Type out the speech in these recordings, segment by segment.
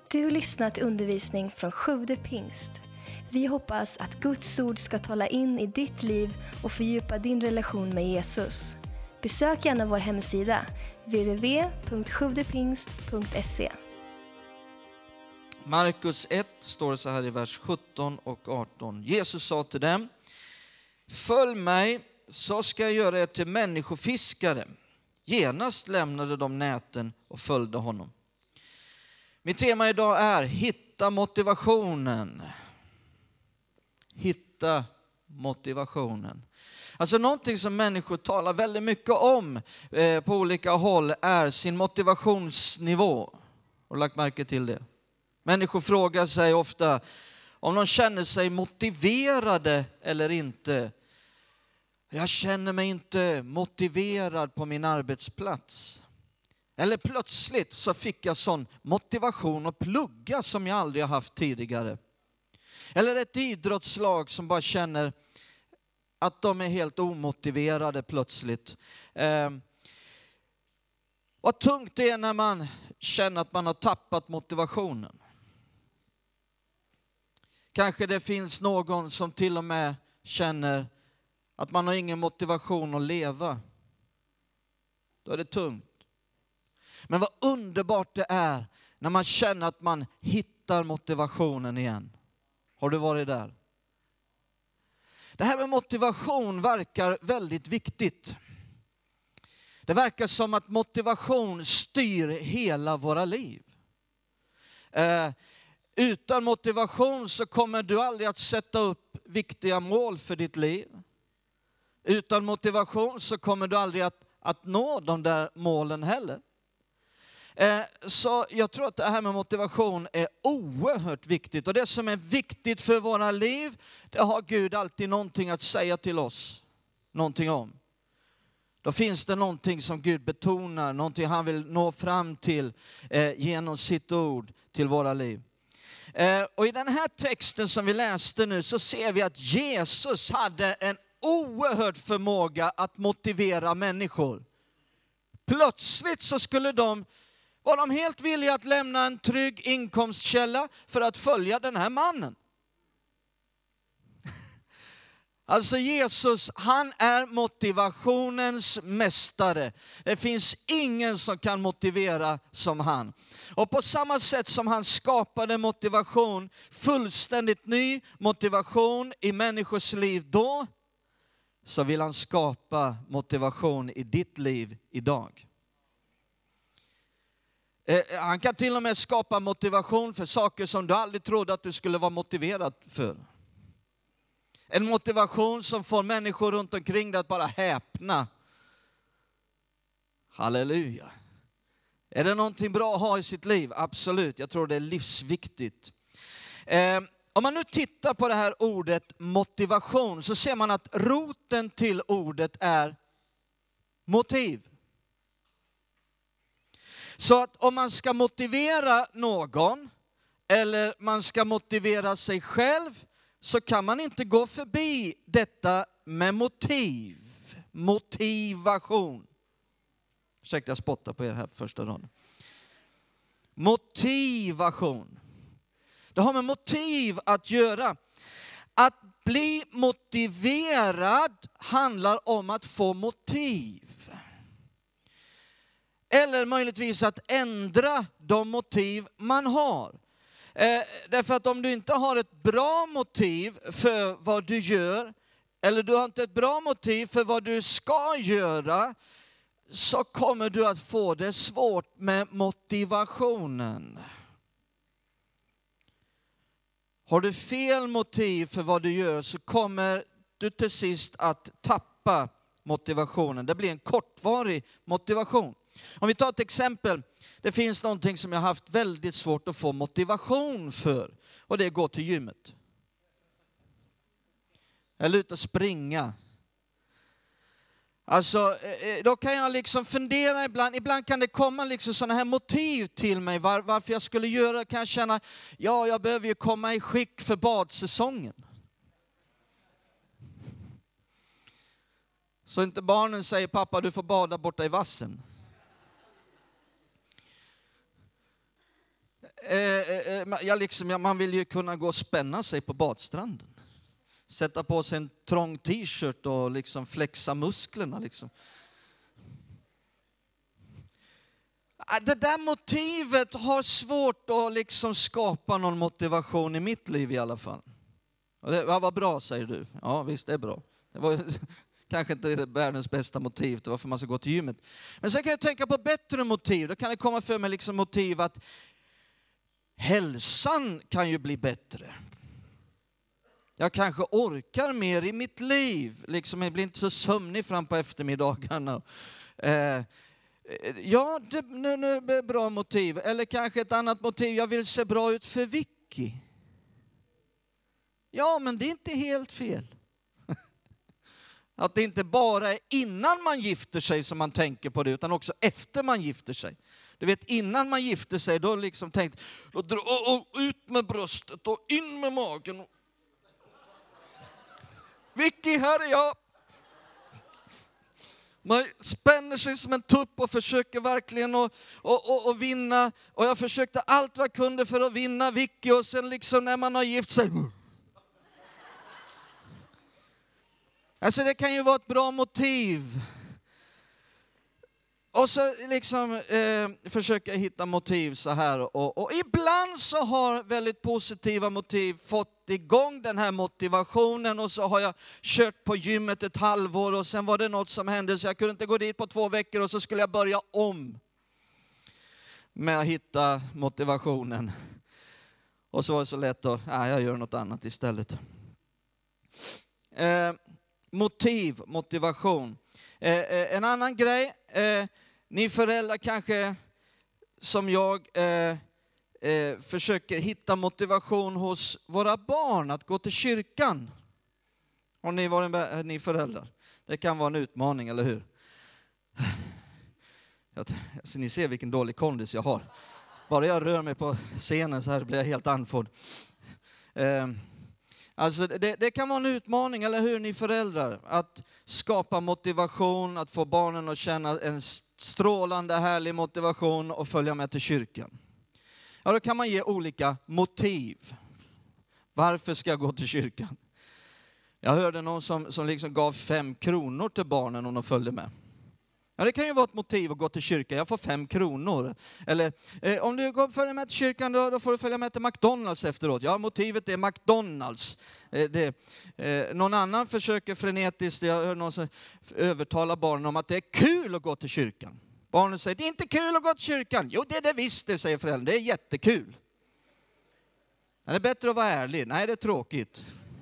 Du har lyssnat till undervisning från Sjude Pingst. Vi hoppas att Guds ord ska tala in i ditt liv och fördjupa din relation med Jesus. Besök gärna vår hemsida, www.sjuvdepingst.se. Markus 1 står så här i vers 17 och 18. Jesus sa till dem: följ mig, så ska jag göra er till människofiskare. Genast lämnade de näten och följde honom. Mitt tema idag är hitta motivationen. Hitta motivationen. Alltså någonting som människor talar väldigt mycket om på olika håll är sin motivationsnivå. Har du lagt märke till det? Människor frågar sig ofta om de känner sig motiverade eller inte. Jag känner mig inte motiverad på min arbetsplats. Eller plötsligt så fick jag sån motivation att plugga som jag aldrig har haft tidigare. Eller ett idrottslag som bara känner att de är helt omotiverade plötsligt. Vad tungt det är när man känner att man har tappat motivationen. Kanske det finns någon som till och med känner att man har ingen motivation att leva. Då är det tungt. Men vad underbart det är när man känner att man hittar motivationen igen. Har du varit där? Det här med motivation verkar väldigt viktigt. Det verkar som att motivation styr hela våra liv. Utan motivation så kommer du aldrig att sätta upp viktiga mål för ditt liv. Utan motivation så kommer du aldrig att nå de där målen heller. Så jag tror att det här med motivation är oerhört viktigt. Och det som är viktigt för våra liv, det har Gud alltid någonting att säga till oss. Någonting om. Då finns det någonting som Gud betonar, någonting han vill nå fram till genom sitt ord till våra liv. Och i den här texten som vi läste nu så ser vi att Jesus hade en oerhörd förmåga att motivera människor. Plötsligt så var de helt villiga att lämna en trygg inkomstkälla för att följa den här mannen. Alltså Jesus, han är motivationens mästare. Det finns ingen som kan motivera som han. Och på samma sätt som han skapade motivation, fullständigt ny motivation i människors liv då, så vill han skapa motivation i ditt liv idag. Han kan till och med skapa motivation för saker som du aldrig trodde att du skulle vara motiverad för. En motivation som får människor runt omkring dig att bara häpna. Halleluja. Är det någonting bra att ha i sitt liv? Absolut, jag tror det är livsviktigt. Om man nu tittar på det här ordet motivation så ser man att roten till ordet är motiv. Så att om man ska motivera någon eller man ska motivera sig själv så kan man inte gå förbi detta med motiv. Motivation. Ursäkta, jag spottar på er här första dagen. Motivation. Det har med motiv att göra. Att bli motiverad handlar om att få motiv. Eller möjligtvis att ändra de motiv man har. Därför att om du inte har ett bra motiv för vad du gör, eller du har inte ett bra motiv för vad du ska göra, så kommer du att få det svårt med motivationen. Har du fel motiv för vad du gör så kommer du till sist att tappa motivationen. Det blir en kortvarig motivation. Om vi tar ett exempel. Det finns någonting som jag har haft väldigt svårt att få motivation för. Och det är att gå till gymmet. Eller ut och springa. Alltså, då kan jag liksom fundera ibland. Ibland kan det komma liksom sådana här motiv till mig. Varför jag skulle göra, kan jag känna, jag behöver ju komma i skick för badsäsongen. Så inte barnen säger, pappa du får bada borta i vassen. Man vill ju kunna gå och spänna sig på badstranden. Sätta på sig en trång t-shirt och liksom flexa musklerna. Liksom. Det där motivet har svårt att liksom skapa någon motivation i mitt liv i alla fall. Och det var bra, säger du. Ja, visst, det är bra. Det var kanske inte världens bästa motiv till varför man ska gå till gymmet. Men sen kan jag tänka på bättre motiv. Då kan det komma för mig liksom motiv att hälsan kan ju bli bättre. Jag kanske orkar mer i mitt liv. Liksom jag blir inte så sömnig fram på eftermiddagarna. Ja, det är bra motiv. Eller kanske ett annat motiv. Jag vill se bra ut för Vicky. Ja, men det är inte helt fel. Att det inte bara är innan man gifter sig som man tänker på det, utan också efter man gifter sig. Du vet, innan man gifter sig, då liksom tänkt, ut med bröstet och in med magen. Vicky, här är jag. Man spänner sig som en tupp och försöker verkligen att vinna. Och jag försökte allt vad jag kunde för att vinna Vicky. Och sen liksom när man har gift sig. Alltså det kan ju vara ett bra motiv. Och så liksom försöker jag hitta motiv så här. Och ibland så har väldigt positiva motiv fått igång den här motivationen. Och så har jag kört på gymmet ett halvår och sen var det något som hände så jag kunde inte gå dit på 2 veckor. Och så skulle jag börja om med att hitta motivationen. Och så var det så lätt att jag gör något annat istället. Motivation. En annan grej, ni föräldrar kanske som jag försöker hitta motivation hos våra barn att gå till kyrkan. Har ni varit ni föräldrar? Det kan vara en utmaning, eller hur? Alltså, ni ser vilken dålig kondis jag har. Bara jag rör mig på scenen så här blir jag helt andfådd. Alltså det kan vara en utmaning, eller hur, ni föräldrar? Att skapa motivation, att få barnen att känna en strålande härlig motivation och följa med till kyrkan. Ja, då kan man ge olika motiv. Varför ska jag gå till kyrkan? Jag hörde någon som liksom gav 5 kronor till barnen om de följde med. Ja, det kan ju vara ett motiv att gå till kyrkan. Jag får 5 kronor. Eller om du följer med till kyrkan då får du följa med till McDonalds efteråt. Ja, motivet är McDonalds. Någon annan försöker frenetiskt, jag hör någon som övertalar barnen om att det är kul att gå till kyrkan. Barnen säger, det är inte kul att gå till kyrkan. Jo, det är det visst, det säger föräldrarna. Det är jättekul. Ja, det är bättre att vara ärlig. Nej, det är tråkigt.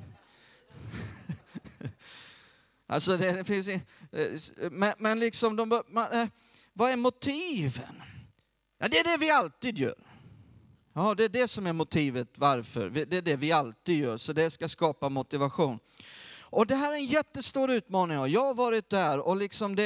Alltså det finns men liksom vad är motiven? Ja, det är det vi alltid gör. Ja, det är det som är motivet varför. Det är det vi alltid gör, så det ska skapa motivation. Och det här är en jättestor utmaning. Jag har varit där och liksom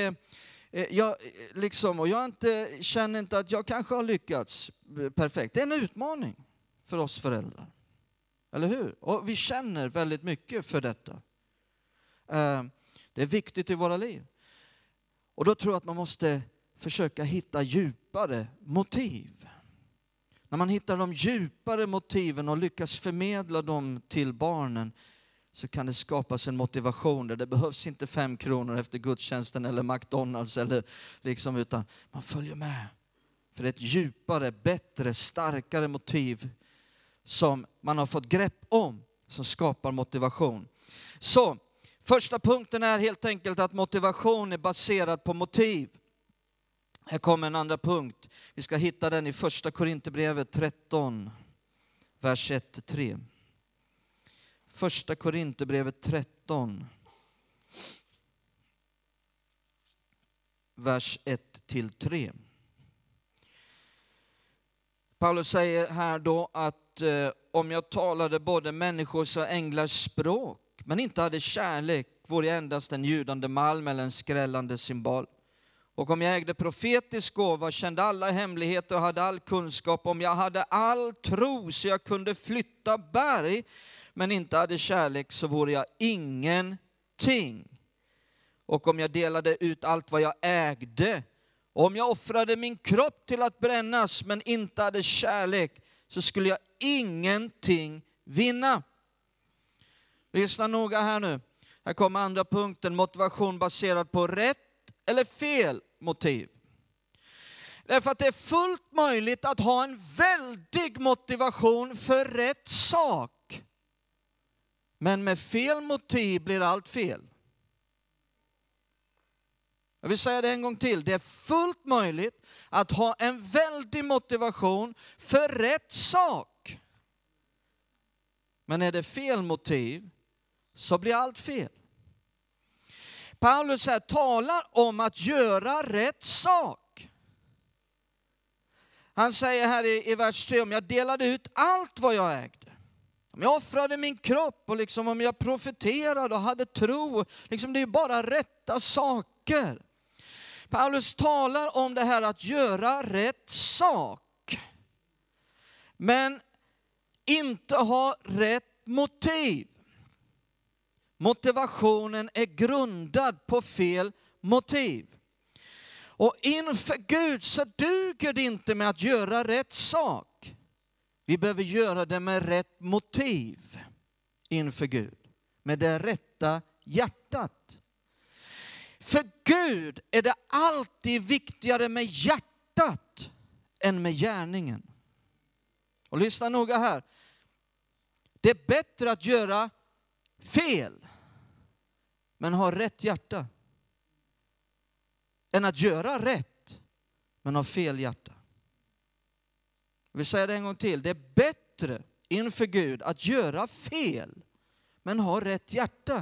känner inte att jag kanske har lyckats perfekt. Det är en utmaning för oss föräldrar. Eller hur? Och vi känner väldigt mycket för detta. Det är viktigt i våra liv. Och då tror jag att man måste försöka hitta djupare motiv. När man hittar de djupare motiven och lyckas förmedla dem till barnen så kan det skapas en motivation där det behövs inte 5 kronor efter gudstjänsten eller McDonalds eller liksom, utan man följer med. För det är ett djupare, bättre, starkare motiv som man har fått grepp om som skapar motivation. Så första punkten är helt enkelt att motivation är baserad på motiv. Här kommer en andra punkt. Vi ska hitta den i första Korinthierbrevet 13, vers 1-3. Första Korinthierbrevet 13, vers 1-3. Paulus säger här då att om jag talade både människors och änglars språk men inte hade kärlek vore jag endast en ljudande malm eller en skrällande cymbal. Och om jag ägde profetisk gåva, kände alla hemligheter och hade all kunskap, om jag hade all tro så jag kunde flytta berg men inte hade kärlek så vore jag ingenting. Och om jag delade ut allt vad jag ägde, om jag offrade min kropp till att brännas men inte hade kärlek så skulle jag ingenting vinna. Lyssna noga här nu. Här kommer andra punkten, motivation baserad på rätt eller fel motiv. Därför att det är fullt möjligt att ha en väldig motivation för rätt sak. Men med fel motiv blir allt fel. Jag vill säga det en gång till. Det är fullt möjligt att ha en väldig motivation för rätt sak. Men är det fel motiv så blir allt fel. Paulus här talar om att göra rätt sak. Han säger här i vers 3, om jag delade ut allt vad jag ägde. Om jag offrade min kropp och liksom om jag profeterade och hade tro. Liksom det är bara rätta saker. Paulus talar om det här att göra rätt sak. Men inte ha rätt motiv. Motivationen är grundad på fel motiv. Och inför Gud så duger det inte med att göra rätt sak. Vi behöver göra det med rätt motiv inför Gud. Med det rätta hjärtat. För Gud är det alltid viktigare med hjärtat än med gärningen. Och lyssna noga här. Det är bättre att göra fel men ha rätt hjärta än att göra rätt men ha fel hjärta. Jag vill säga det en gång till. Det är bättre inför Gud att göra fel men ha rätt hjärta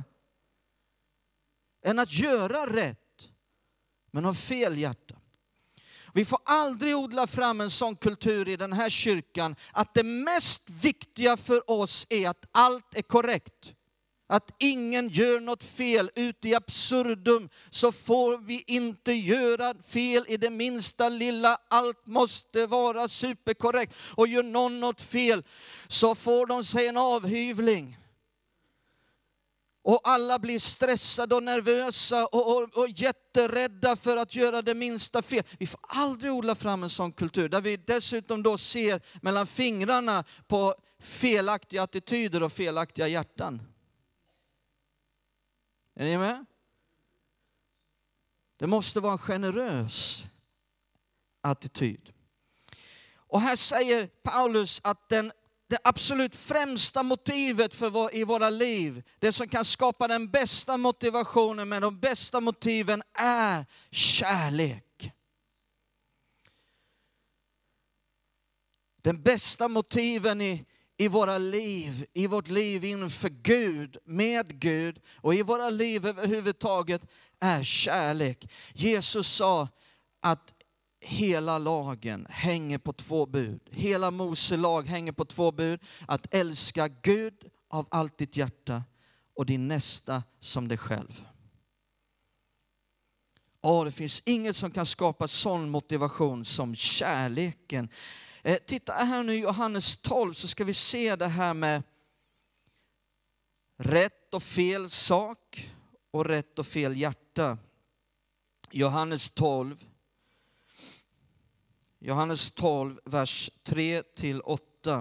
än att göra rätt men ha fel hjärta. Vi får aldrig odla fram en sån kultur i den här kyrkan att det mest viktiga för oss är att allt är korrekt. Att ingen gör något fel ut i absurdum, så får vi inte göra fel i det minsta lilla. Allt måste vara superkorrekt. Och gör någon något fel så får de sig en avhyvling. Och alla blir stressade och nervösa och jätterädda för att göra det minsta fel. Vi får aldrig odla fram en sån kultur där vi dessutom då ser mellan fingrarna på felaktiga attityder och felaktiga hjärtan. Är ni med? Det måste vara en generös attityd. Och här säger Paulus att det absolut främsta motivet i våra liv, det som kan skapa den bästa motivationen med de bästa motiven, är kärlek. Den bästa motiven i våra liv, i vårt liv inför Gud, med Gud och i våra liv överhuvudtaget är kärlek. Jesus sa att hela lagen hänger på 2 bud. Hela Mose lag hänger på 2 bud. Att älska Gud av allt ditt hjärta och din nästa som dig själv. Det finns inget som kan skapa sån motivation som kärleken. Titta här nu i Johannes 12 så ska vi se det här med rätt och fel sak och rätt och fel hjärta. Johannes 12, vers 3-8.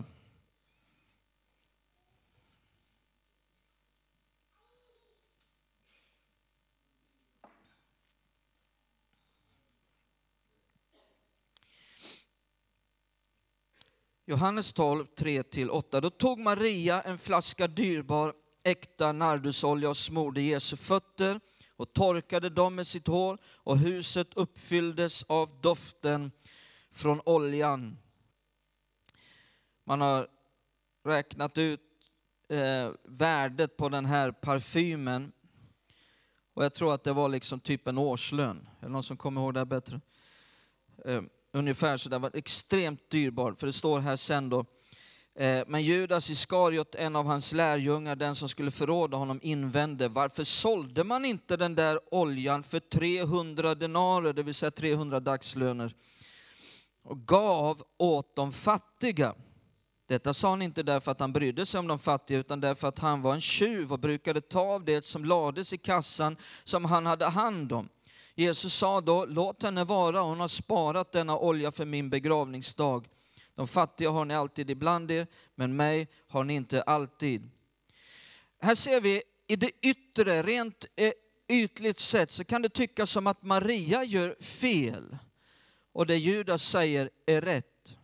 Johannes 12, 3-8. Då tog Maria en flaska dyrbar äkta nardusolja och smorde Jesu fötter och torkade dem med sitt hår, och huset uppfylldes av doften från oljan. Man har räknat ut värdet på den här parfymen, och jag tror att det var liksom typ en årslön. Är det någon som kommer ihåg det här bättre? Ungefär så. Det var extremt dyrbart, för det står här sen då. Men Judas Iskariot, en av hans lärjungar, den som skulle förråda honom, invände: varför sålde man inte den där oljan för 300 denarer, det vill säga 300 dagslöner, och gav åt de fattiga? Detta sa han inte därför att han brydde sig om de fattiga, utan därför att han var en tjuv och brukade ta av det som lades i kassan som han hade hand om. Jesus sa då: låt henne vara, hon har sparat denna olja för min begravningsdag. De fattiga har ni alltid ibland er, men mig har ni inte alltid. Här ser vi i det yttre, rent ytligt sett, så kan det tyckas som att Maria gör fel. Och det Judas säger är rätt.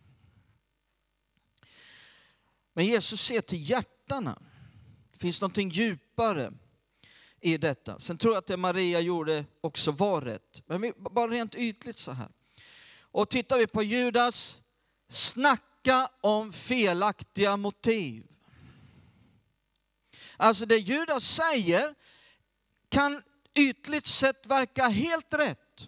Men Jesus ser till hjärtana. Det finns någonting djupare i detta. Sen tror jag att det Maria gjorde också var rätt. Men bara rent ytligt så här. Och tittar vi på Judas, snacka om felaktiga motiv. Alltså det Judas säger kan ytligt sett verka helt rätt.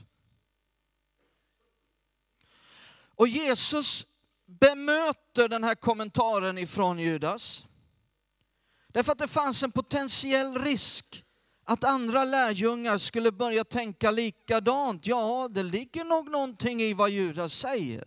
Och Jesus bemöter den här kommentaren ifrån Judas. Därför att det fanns en potentiell risk att andra lärjungar skulle börja tänka likadant. Ja, det ligger nog någonting i vad Judas säger.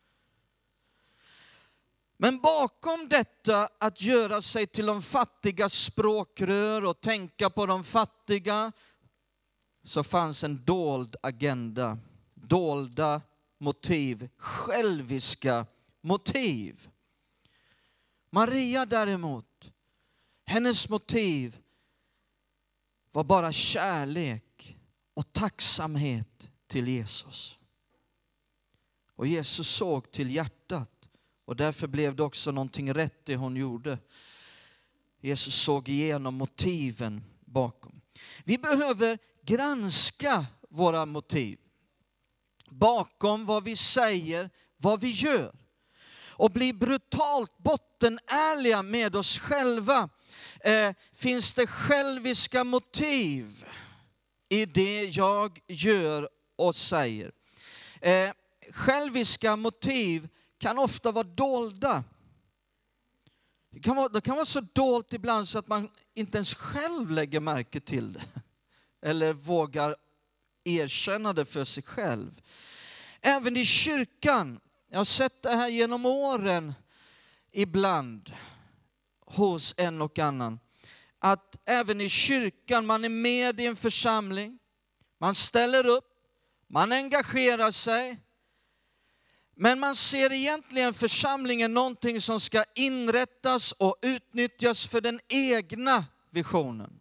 Men bakom detta att göra sig till de fattiga språkrör och tänka på de fattiga, så fanns en dold agenda, dolda motiv, själviska motiv. Maria däremot, hennes motiv var bara kärlek och tacksamhet till Jesus. Och Jesus såg till hjärtat. Och därför blev det också någonting rätt det hon gjorde. Jesus såg igenom motiven bakom. Vi behöver granska våra motiv. Bakom vad vi säger, vad vi gör. Och bli brutalt bottenärliga med oss själva. Finns det själviska motiv i det jag gör och säger? Själviska motiv kan ofta vara dolda. Det kan vara så dolt ibland så att man inte ens själv lägger märke till det. Eller vågar erkänna det för sig själv. Även i kyrkan, jag har sett det här genom åren ibland hos en och annan. Att även i kyrkan, man är med i en församling, man ställer upp, man engagerar sig. Men man ser egentligen församlingen någonting som ska inrättas och utnyttjas för den egna visionen.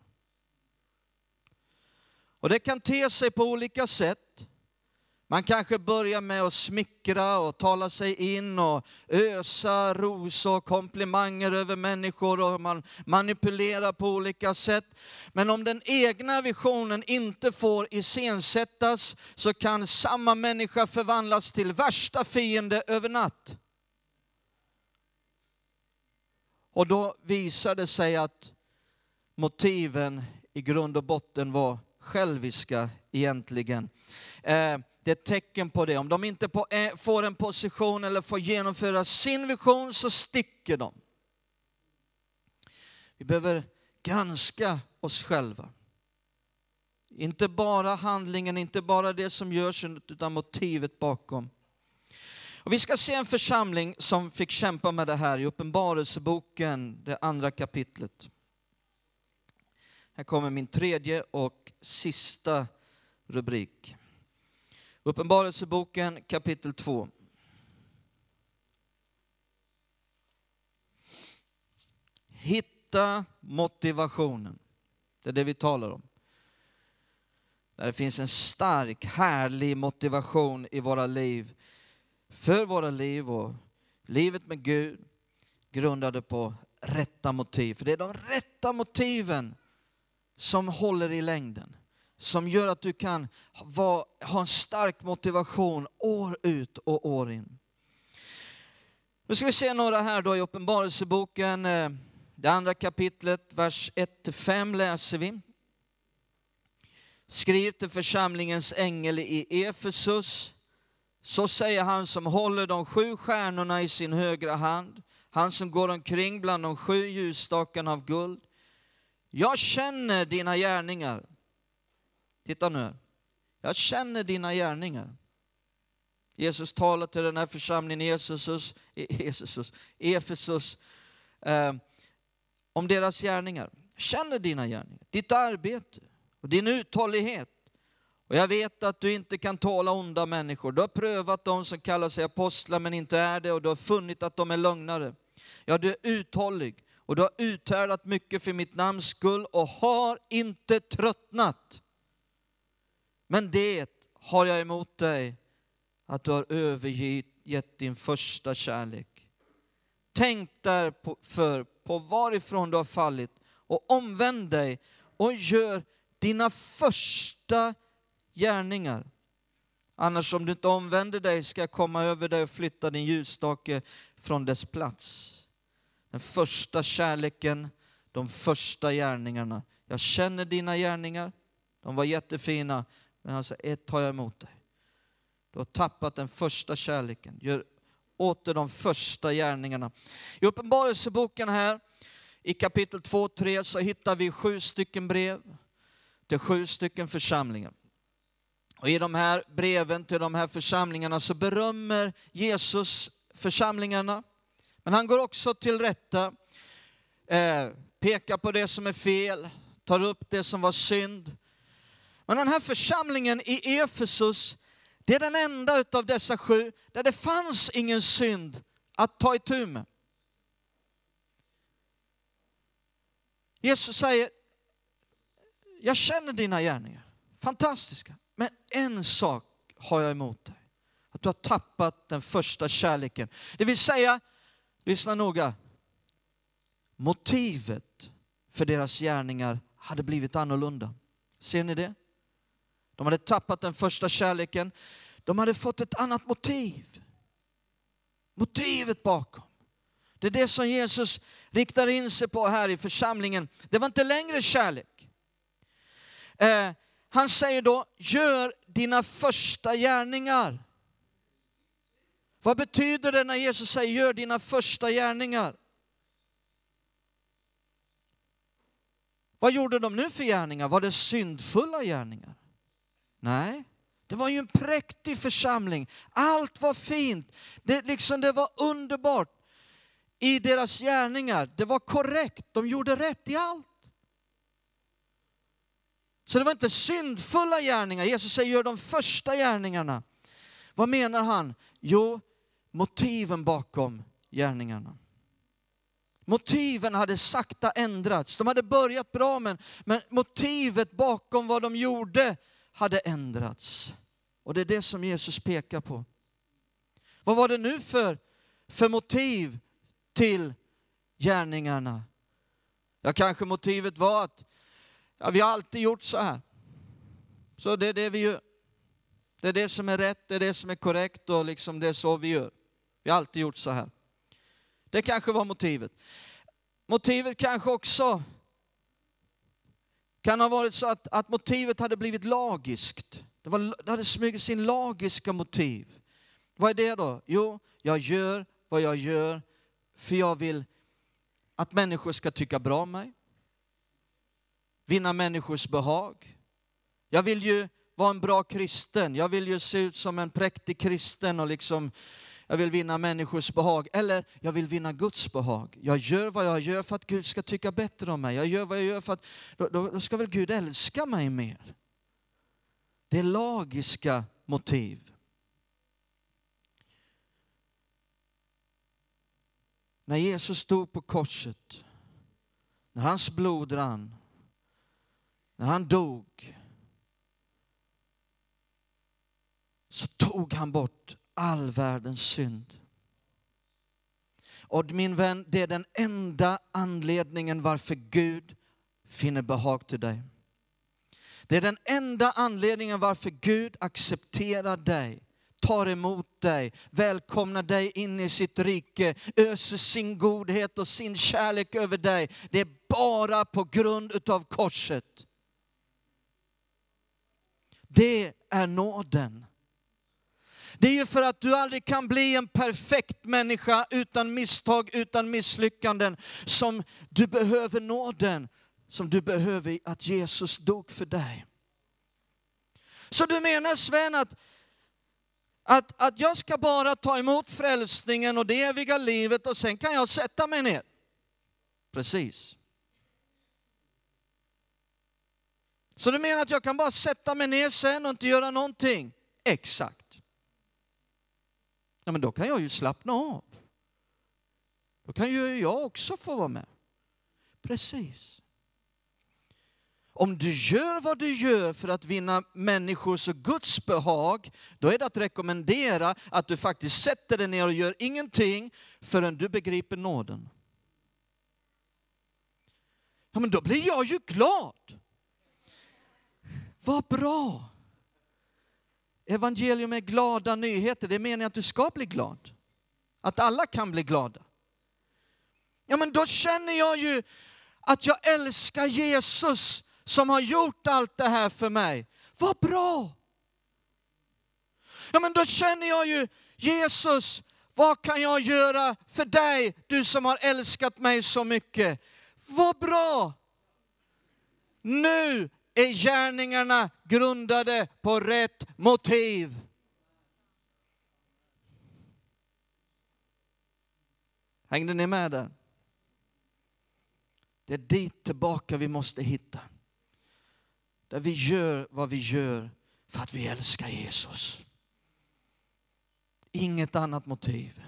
Och det kan te sig på olika sätt. Man kanske börjar med att smickra och tala sig in och ösa ros och komplimanger över människor och man manipulerar på olika sätt. Men om den egna visionen inte får iscensättas så kan samma människa förvandlas till värsta fiende över natt. Och då visar det sig att motiven i grund och botten var själviska egentligen. Det är ett tecken på det. Om de inte får en position eller får genomföra sin vision så sticker de. Vi behöver granska oss själva. Inte bara handlingen, inte bara det som görs, utan motivet bakom. Och vi ska se en församling som fick kämpa med det här i Uppenbarelseboken, det 2 kapitlet. Här kommer min 3:e och sista rubrik. Uppenbarelseboken kapitel 2. Hitta motivationen. Det är det vi talar om. Där det finns en stark, härlig motivation i våra liv. För våra liv och livet med Gud. Grundade på rätta motiv. För det är de rätta motiven som håller i längden. Som gör att du kan ha en stark motivation år ut och år in. Nu ska vi se några här då i Uppenbarelseboken. Det 2 kapitlet, vers 1-5 läser vi. Skriv till församlingens ängel i Efesus. Så säger han som håller de 7 stjärnorna i sin högra hand. Han som går omkring bland de 7 ljusstakarna av guld. Jag känner dina gärningar. Titta nu. Jag känner dina gärningar. Jesus talar till den här församlingen i Efesus om deras gärningar. Jag känner dina gärningar, ditt arbete och din uthållighet Och jag vet att du inte kan tåla onda människor. Du har prövat de som kallar sig apostlar men inte är det, och du har funnit att de är lögnare. Ja, du är uthållig och du har uthärdat mycket för mitt namns skull och har inte tröttnat. Men det har jag emot dig, att du har övergett din första kärlek. Tänk därför på varifrån du har fallit och omvänd dig och gör dina första gärningar. Annars om du inte omvänder dig ska jag komma över dig och flytta din ljusstake från dess plats. Den första kärleken, de första gärningarna. Jag känner dina gärningar, de var jättefina, men alltså ett har jag emot dig. Du har tappat den första kärleken. Gör åter de första gärningarna. I Uppenbarelseboken här, i kapitel 2-3 så hittar vi 7 stycken brev till 7 stycken församlingar. Och i de här breven till de här församlingarna så berömmer Jesus församlingarna. Men han går också till rätta, pekar på det som är fel, tar upp det som var synd. Men den här församlingen i Efesus, det är den enda utav dessa 7 där det fanns ingen synd att ta itu med. Jesus säger, jag känner dina gärningar, fantastiska. Men en sak har jag emot dig. Att du har tappat den första kärleken. Det vill säga, lyssna noga. Motivet för deras gärningar hade blivit annorlunda. Ser ni det? De hade tappat den första kärleken. De hade fått ett annat motiv. Motivet bakom. Det är det som Jesus riktar in sig på här i församlingen. Det var inte längre kärlek. Han säger då, gör dina första gärningar. Vad betyder det när Jesus säger, gör dina första gärningar? Vad gjorde de nu för gärningar? Var det syndfulla gärningar? Nej, det var ju en präktig församling. Allt var fint. Det var underbart i deras gärningar. Det var korrekt. De gjorde rätt i allt. Så det var inte syndfulla gärningar. Jesus säger, gör de första gärningarna. Vad menar han? Jo, motiven bakom gärningarna. Motiven hade sakta ändrats. De hade börjat bra, men motivet bakom vad de gjorde hade ändrats. Och det är det som Jesus pekar på. Vad var det nu för motiv till gärningarna? Ja, kanske motivet var att vi har alltid gjort så här. Så det är det vi gör. Det är det som är rätt, det är det som är korrekt och liksom det är så vi gör. Vi har alltid gjort så här. Det kanske var motivet. Motivet kanske också kan ha varit så att motivet hade blivit lagiskt. Det hade smugit sin lagiska motiv. Vad är det då? Jo, jag gör vad jag gör för jag vill att människor ska tycka bra om mig. Vinna människors behag. Jag vill ju vara en bra kristen. Jag vill ju se ut som en präktig kristen och liksom jag vill vinna människors behag. Eller jag vill vinna Guds behag. Jag gör vad jag gör för att Gud ska tycka bättre om mig. Jag gör vad jag gör för att då ska väl Gud älska mig mer. Det är lagiska motiv. När Jesus stod på korset, när hans blod rann, när han dog, så tog han bort all världens synd. Och min vän, det är den enda anledningen varför Gud finner behag till dig. Det är den enda anledningen varför Gud accepterar dig, tar emot dig, välkomnar dig in i sitt rike, öser sin godhet och sin kärlek över dig. Det är bara på grund utav korset. Det är nåden. Det är ju för att du aldrig kan bli en perfekt människa utan misstag, utan misslyckanden, som du behöver nåden, som du behöver att Jesus dog för dig. Så du menar, Sven, att jag ska bara ta emot frälsningen och det eviga livet och sen kan jag sätta mig ner? Precis. Så du menar att jag kan bara sätta mig ner sen och inte göra någonting? Exakt. Ja, men då kan jag ju slappna av. Då kan ju jag också få vara med. Precis. Om du gör vad du gör för att vinna människors och Guds behag, då är det att rekommendera att du faktiskt sätter dig ner och gör ingenting förrän du begriper nåden. Ja, men då blir jag ju glad. Vad bra. Evangelium är glada nyheter. Det menar att du ska bli glad. Att alla kan bli glada. Ja, men då känner jag ju att jag älskar Jesus som har gjort allt det här för mig. Vad bra. Ja, men då känner jag ju, Jesus, vad kan jag göra för dig, du som har älskat mig så mycket? Vad bra. Nu är gärningarna grundade på rätt motiv. Hängde ni med där? Det är dit tillbaka vi måste hitta. Där vi gör vad vi gör för att vi älskar Jesus. Inget annat motiv.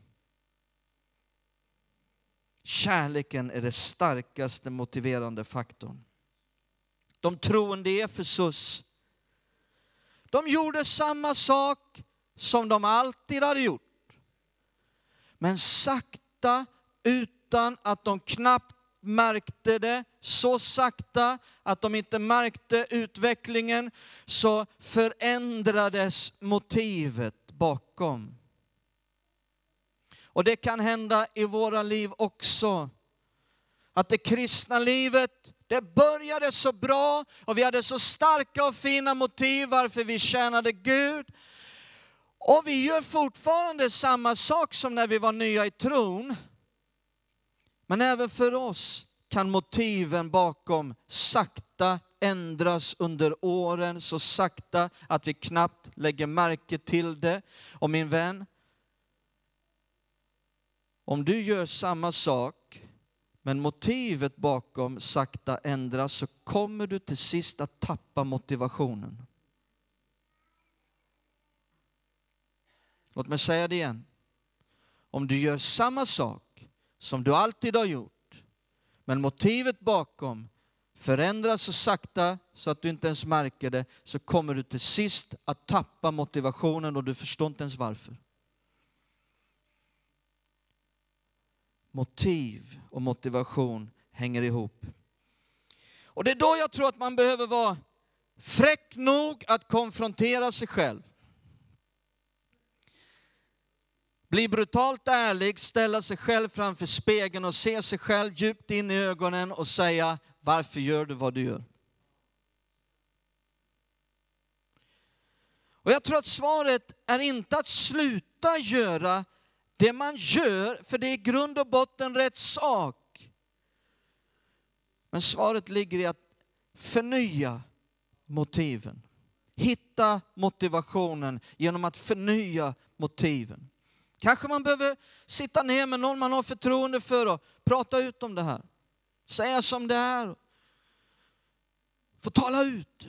Kärleken är det starkaste motiverande faktorn. De troende i Efesus, de gjorde samma sak som de alltid hade gjort. Men sakta, utan att de knappt märkte det, så sakta att de inte märkte utvecklingen, så förändrades motivet bakom. Och det kan hända i våra liv också. Att det kristna livet, det började så bra och vi hade så starka och fina motiv varför vi tjänade Gud. Och vi gör fortfarande samma sak som när vi var nya i tron. Men även för oss kan motiven bakom sakta ändras under åren, så sakta att vi knappt lägger märke till det. Och min vän, om du gör samma sak men motivet bakom sakta ändras, så kommer du till sist att tappa motivationen. Låt mig säga det igen. Om du gör samma sak som du alltid har gjort, men motivet bakom förändras så sakta så att du inte ens märker det, så kommer du till sist att tappa motivationen och du förstår inte ens varför. Motiv och motivation hänger ihop. Och det är då jag tror att man behöver vara fräck nog att konfrontera sig själv. Bli brutalt ärlig, ställa sig själv framför spegeln och se sig själv djupt in i ögonen och säga: varför gör du vad du gör? Och jag tror att svaret är inte att sluta göra det man gör, för det är i grund och botten rätt sak. Men svaret ligger i att förnya motiven. Hitta motivationen genom att förnya motiven. Kanske man behöver sitta ner med någon man har förtroende för och prata ut om det här. Säga som det är. Få tala ut.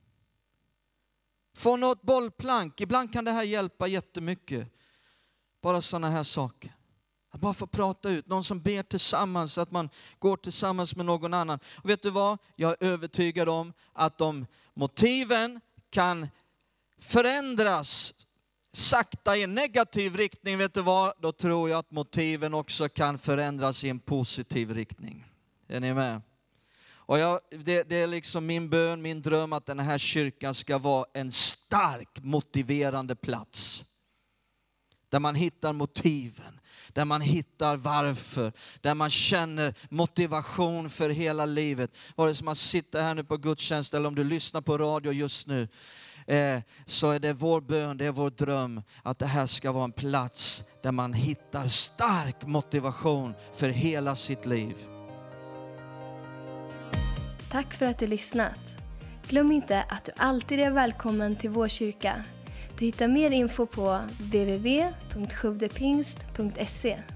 Få något bollplank. Ibland kan det här hjälpa jättemycket. Bara sådana här saker. Att bara få prata ut. Någon som ber tillsammans. Att man går tillsammans med någon annan. Och vet du vad? Jag är övertygad om att om motiven kan förändras sakta i en negativ riktning, vet du vad? Då tror jag att motiven också kan förändras i en positiv riktning. Är ni med? Och det är liksom min bön, min dröm att den här kyrkan ska vara en stark motiverande plats. Där man hittar motiven, där man hittar varför, där man känner motivation för hela livet. Vare sig man sitter här nu på gudstjänst eller om du lyssnar på radio just nu, så är det vår bön, det är vår dröm att det här ska vara en plats där man hittar stark motivation för hela sitt liv. Tack för att du lyssnat. Glöm inte att du alltid är välkommen till vår kyrka. Du hittar mer info på www.sjuvdepingst.se.